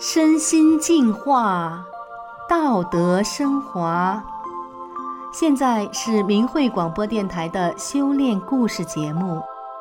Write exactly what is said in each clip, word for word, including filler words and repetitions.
身心净化，道德升华。现在是明慧广播电台的修炼故事节目。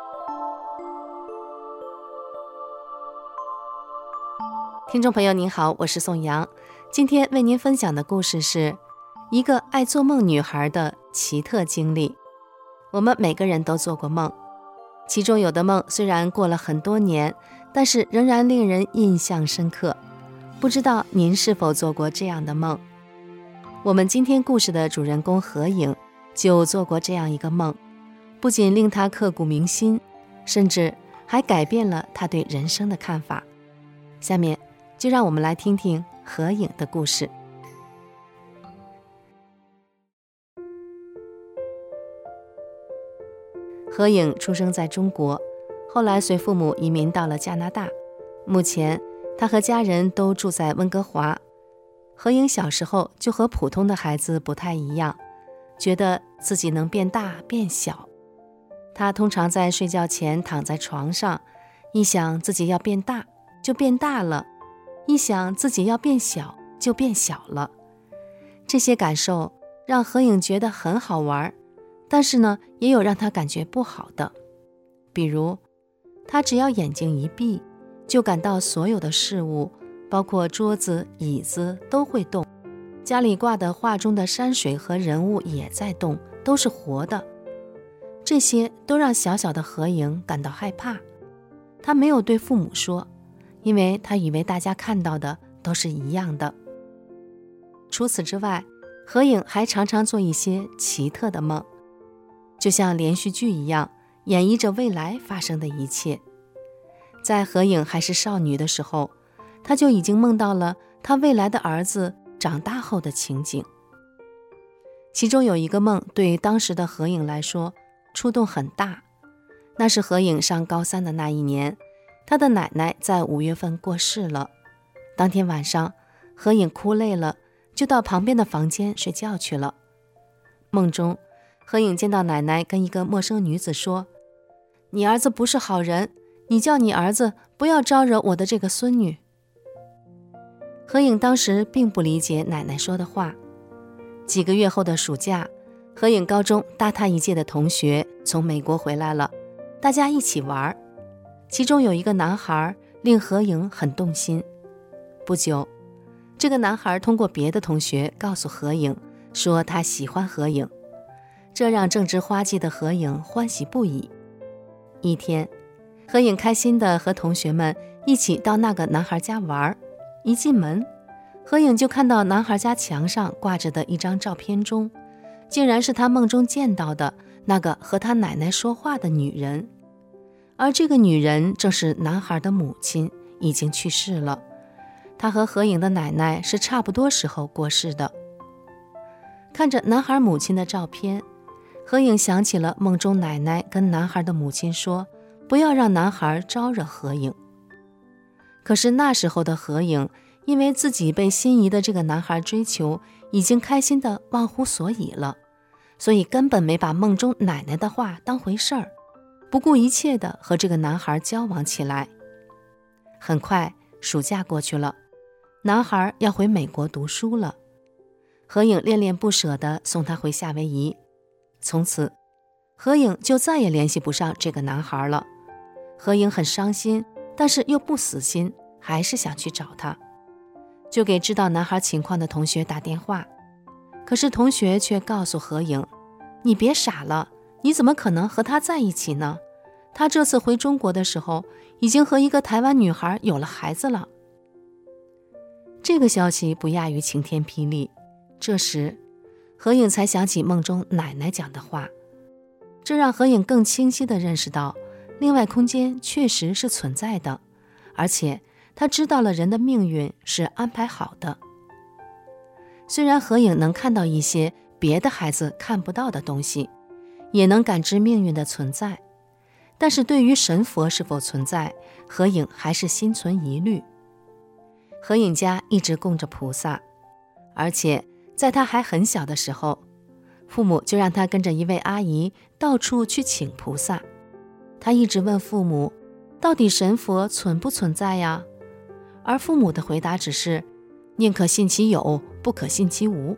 听众朋友您好，我是宋阳，今天为您分享的故事是一个爱做梦女孩的奇特经历。我们每个人都做过梦，其中有的梦虽然过了很多年，但是仍然令人印象深刻。不知道您是否做过这样的梦？我们今天故事的主人公何影就做过这样一个梦，不仅令他刻骨铭心，甚至还改变了他对人生的看法。下面就让我们来听听何影的故事。何影出生在中国，后来随父母移民到了加拿大。目前他和家人都住在温哥华。何影小时候就和普通的孩子不太一样，觉得自己能变大变小。他通常在睡觉前躺在床上，一想自己要变大就变大了，一想自己要变小就变小了。这些感受让何影觉得很好玩，但是呢，也有让他感觉不好的。比如他只要眼睛一闭，就感到所有的事物，包括桌子、椅子都会动，家里挂的画中的山水和人物也在动，都是活的。这些都让小小的何影感到害怕。他没有对父母说，因为他以为大家看到的都是一样的。除此之外，何影还常常做一些奇特的梦，就像连续剧一样，演绎着未来发生的一切。在何影还是少女的时候，她就已经梦到了她未来的儿子长大后的情景。其中有一个梦对当时的何影来说触动很大，那是何影上高三的那一年，她的奶奶在五月份过世了。当天晚上，何影哭累了，就到旁边的房间睡觉去了。梦中，何影见到奶奶跟一个陌生女子说：“你儿子不是好人，你叫你儿子不要招惹我的这个孙女。”何影当时并不理解奶奶说的话。几个月后的暑假，何影高中大他一届的同学从美国回来了，大家一起玩。其中有一个男孩令何影很动心。不久，这个男孩通过别的同学告诉何影，说他喜欢何影，这让正值花季的何影欢喜不已。一天，何影开心地和同学们一起到那个男孩家玩，一进门，何影就看到男孩家墙上挂着的一张照片中，竟然是他梦中见到的那个和他奶奶说话的女人。而这个女人正是男孩的母亲，已经去世了。她和何影的奶奶是差不多时候过世的。看着男孩母亲的照片，何影想起了梦中奶奶跟男孩的母亲说，不要让男孩招惹何影。可是那时候的何影，因为自己被心仪的这个男孩追求，已经开心得忘乎所以了，所以根本没把梦中奶奶的话当回事儿，不顾一切地和这个男孩交往起来。很快，暑假过去了，男孩要回美国读书了。何影恋恋不舍地送他回夏威夷。从此，何影就再也联系不上这个男孩了。何影很伤心，但是又不死心，还是想去找他，就给知道男孩情况的同学打电话。可是同学却告诉何影，你别傻了，你怎么可能和他在一起呢？他这次回中国的时候，已经和一个台湾女孩有了孩子了。这个消息不亚于晴天霹雳。这时，何影才想起梦中奶奶讲的话，这让何影更清晰地认识到，另外空间确实是存在的，而且他知道了人的命运是安排好的。虽然何影能看到一些别的孩子看不到的东西，也能感知命运的存在，但是对于神佛是否存在，何影还是心存疑虑。何影家一直供着菩萨，而且在他还很小的时候，父母就让他跟着一位阿姨到处去请菩萨。他一直问父母，到底神佛存不存在呀？ 而父母的回答只是宁可信其有，不可信其无。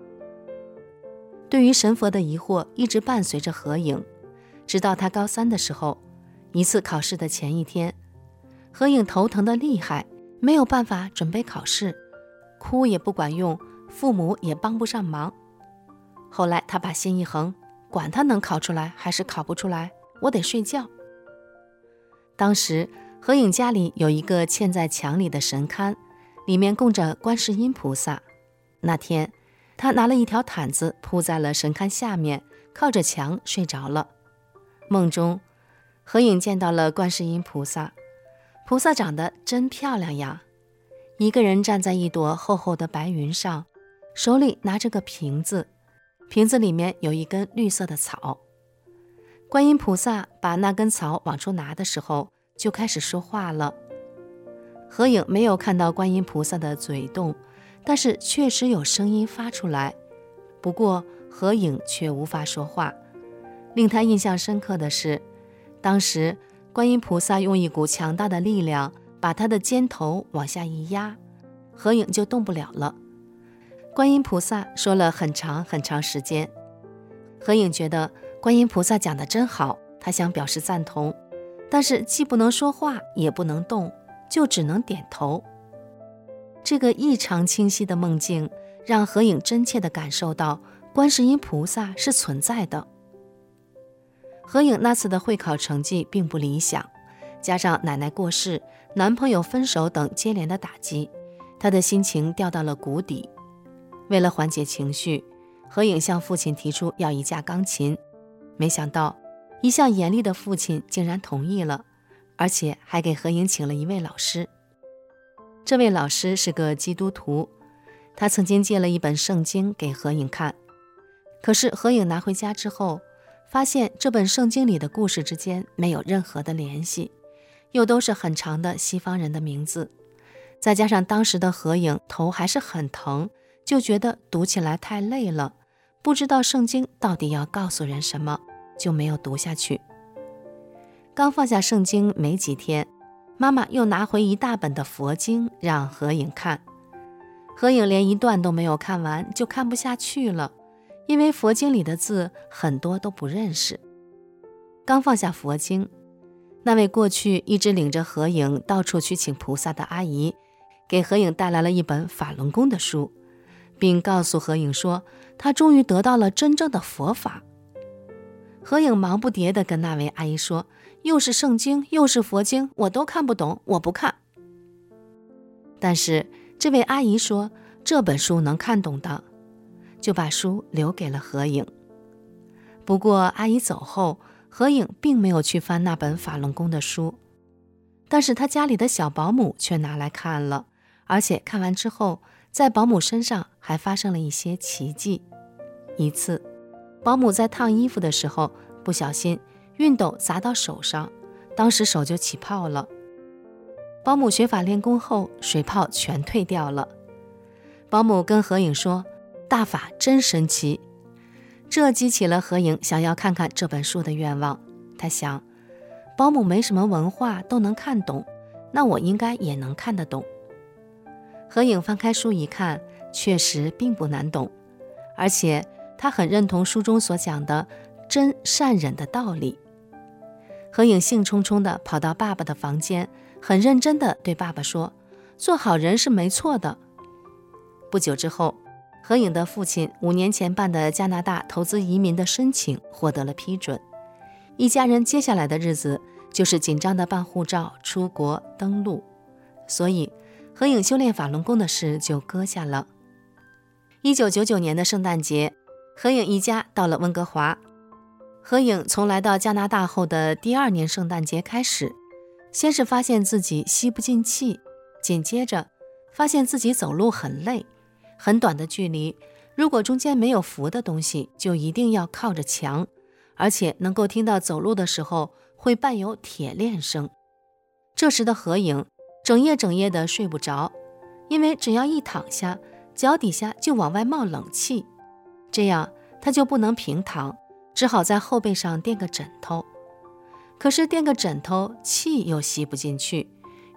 对于神佛的疑惑一直伴随着何颖，直到他高三的时候，一次考试的前一天，何颖头疼得厉害，没有办法准备考试，哭也不管用，父母也帮不上忙。后来他把心一横，管他能考出来还是考不出来，我得睡觉。当时何颖家里有一个嵌在墙里的神龛，里面供着观世音菩萨。那天他拿了一条毯子铺在了神龛下面，靠着墙睡着了。梦中何颖见到了观世音菩萨，菩萨长得真漂亮呀，一个人站在一朵厚厚的白云上，手里拿着个瓶子，瓶子里面有一根绿色的草。观音菩萨把那根草往出拿的时候，就开始说话了。何颖没有看到观音菩萨的嘴动，但是确实有声音发出来，不过何颖却无法说话。令他印象深刻的是，当时观音菩萨用一股强大的力量把他的肩头往下一压，何颖就动不了了。观音菩萨说了很长很长时间，何颖觉得观音菩萨讲得真好，他想表示赞同，但是既不能说话也不能动，就只能点头。这个异常清晰的梦境让何颖真切地感受到观世音菩萨是存在的。何颖那次的会考成绩并不理想，加上奶奶过世、男朋友分手等接连的打击，她的心情掉到了谷底。为了缓解情绪，何颖向父亲提出要一架钢琴，没想到一向严厉的父亲竟然同意了，而且还给何颖请了一位老师。这位老师是个基督徒，他曾经借了一本圣经给何颖看，可是何颖拿回家之后，发现这本圣经里的故事之间没有任何的联系，又都是很长的西方人的名字，再加上当时的何颖头还是很疼，就觉得读起来太累了，不知道圣经到底要告诉人什么，就没有读下去。刚放下圣经没几天，妈妈又拿回一大本的佛经让何颖看。何颖连一段都没有看完就看不下去了，因为佛经里的字很多都不认识。刚放下佛经，那位过去一直领着何颖到处去请菩萨的阿姨，给何颖带来了一本法轮功的书，并告诉何颖说她终于得到了真正的佛法。何颖忙不迭地跟那位阿姨说，又是圣经又是佛经，我都看不懂，我不看。但是这位阿姨说这本书能看懂的，就把书留给了何颖。不过阿姨走后，何颖并没有去翻那本法轮功的书，但是她家里的小保姆却拿来看了，而且看完之后，在保姆身上还发生了一些奇迹。一次，保姆在烫衣服的时候，不小心熨斗砸到手上，当时手就起泡了。保姆学法练功后，水泡全退掉了。保姆跟何颖说，大法真神奇。这激起了何颖想要看看这本书的愿望。他想，保姆没什么文化都能看懂，那我应该也能看得懂。何颖翻开书一看，确实并不难懂，而且他很认同书中所讲的真善忍的道理。何颖兴冲冲地跑到爸爸的房间，很认真地对爸爸说，做好人是没错的。不久之后，何颖的父亲五年前办的加拿大投资移民的申请获得了批准，一家人接下来的日子就是紧张地办护照、出国登陆，所以何颖修炼法轮功的事就搁下了。一九九九年的圣诞节，何颖一家到了温哥华。何颖从来到加拿大后的第二年圣诞节开始，先是发现自己吸不进气，紧接着发现自己走路很累，很短的距离，如果中间没有扶的东西，就一定要靠着墙，而且能够听到走路的时候会伴有铁链声。这时的何颖整夜整夜的睡不着，因为只要一躺下，脚底下就往外冒冷气，这样他就不能平躺，只好在后背上垫个枕头。可是垫个枕头，气又吸不进去，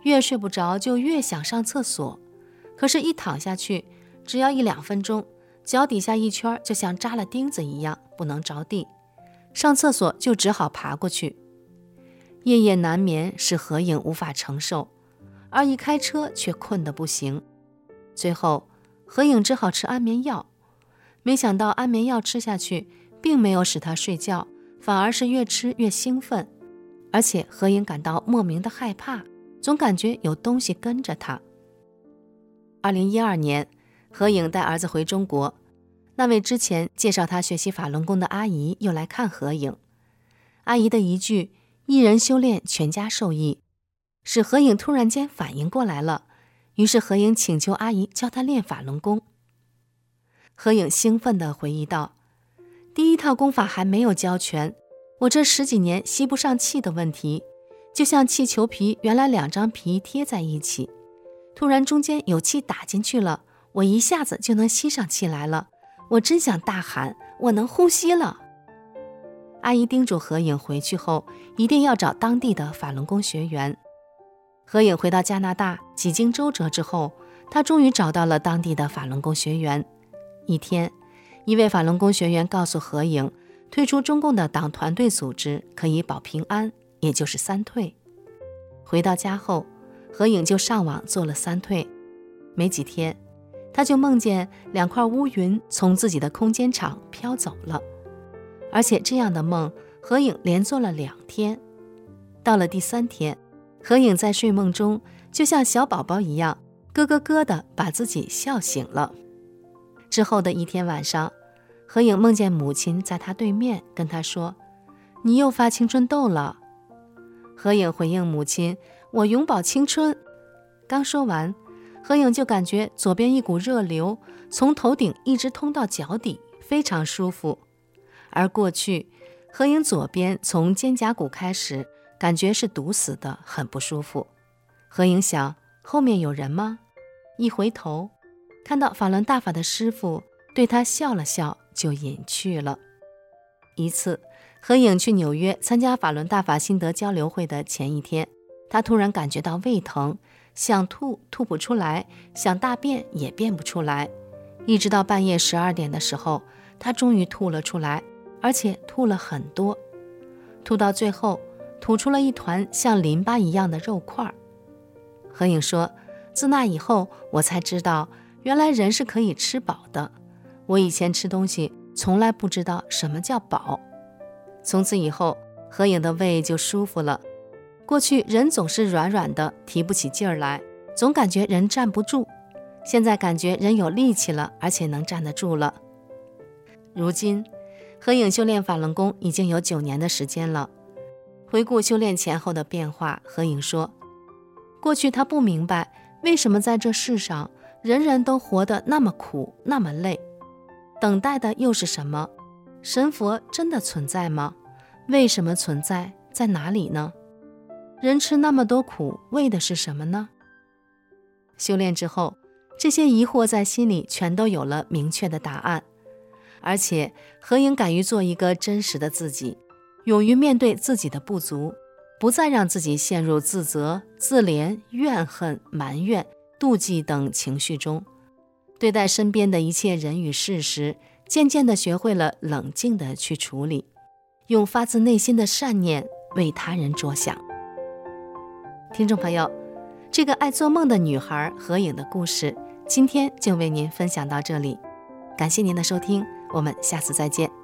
越睡不着就越想上厕所，可是一躺下去，只要一两分钟，脚底下一圈就像扎了钉子一样，不能着地，上厕所就只好爬过去。夜夜难眠使何颖无法承受，而一开车却困得不行。最后何颖只好吃安眠药，没想到安眠药吃下去并没有使她睡觉，反而是越吃越兴奋，而且何颖感到莫名的害怕，总感觉有东西跟着她。二零一二年，何颖带儿子回中国，那位之前介绍她学习法轮功的阿姨又来看何颖。阿姨的一句一人修炼全家受益，使何颖突然间反应过来了，于是何颖请求阿姨教她练法轮功。何颖兴奋地回忆道，第一套功法还没有教全，我这十几年吸不上气的问题，就像气球皮原来两张皮贴在一起，突然中间有气打进去了，我一下子就能吸上气来了，我真想大喊，我能呼吸了。阿姨叮嘱何颖回去后一定要找当地的法轮功学员。何颖回到加拿大，几经周折之后，她终于找到了当地的法轮功学员。一天，一位法轮功学员告诉何颖，退出中共的党团队组织可以保平安，也就是三退。回到家后，何颖就上网做了三退。没几天，她就梦见两块乌云从自己的空间场飘走了，而且这样的梦何颖连做了两天。到了第三天，何颖在睡梦中就像小宝宝一样咯咯咯地把自己笑醒了。之后的一天晚上，何颖梦见母亲在她对面跟她说，你又发青春痘了。何颖回应母亲，我永葆青春。刚说完，何颖就感觉左边一股热流从头顶一直通到脚底，非常舒服。而过去何颖左边从肩胛骨开始感觉是堵死的，很不舒服。何颖想，后面有人吗？一回头看到法轮大法的师父对他笑了笑，就隐去了。一次，何颖去纽约参加法轮大法心得交流会的前一天，他突然感觉到胃疼，想吐吐不出来，想大便也便不出来，一直到半夜十二点的时候，他终于吐了出来，而且吐了很多，吐到最后吐出了一团像淋巴一样的肉块。何颖说，自那以后我才知道原来人是可以吃饱的，我以前吃东西从来不知道什么叫饱。从此以后，何颖的胃就舒服了。过去人总是软软的，提不起劲儿来，总感觉人站不住，现在感觉人有力气了，而且能站得住了。如今何颖修炼法轮功已经有九年的时间了。回顾修炼前后的变化，何颖说，过去他不明白为什么在这世上人人都活得那么苦那么累，等待的又是什么？神佛真的存在吗？为什么存在？在哪里呢？人吃那么多苦，为的是什么呢？修炼之后，这些疑惑在心里全都有了明确的答案。而且何颖敢于做一个真实的自己，勇于面对自己的不足，不再让自己陷入自责、自怜、怨恨、埋怨、妒忌等情绪中。对待身边的一切人与事时，渐渐地学会了冷静地去处理，用发自内心的善念为他人着想。听众朋友，这个爱做梦的女孩何颖的故事，今天就为您分享到这里。感谢您的收听，我们下次再见。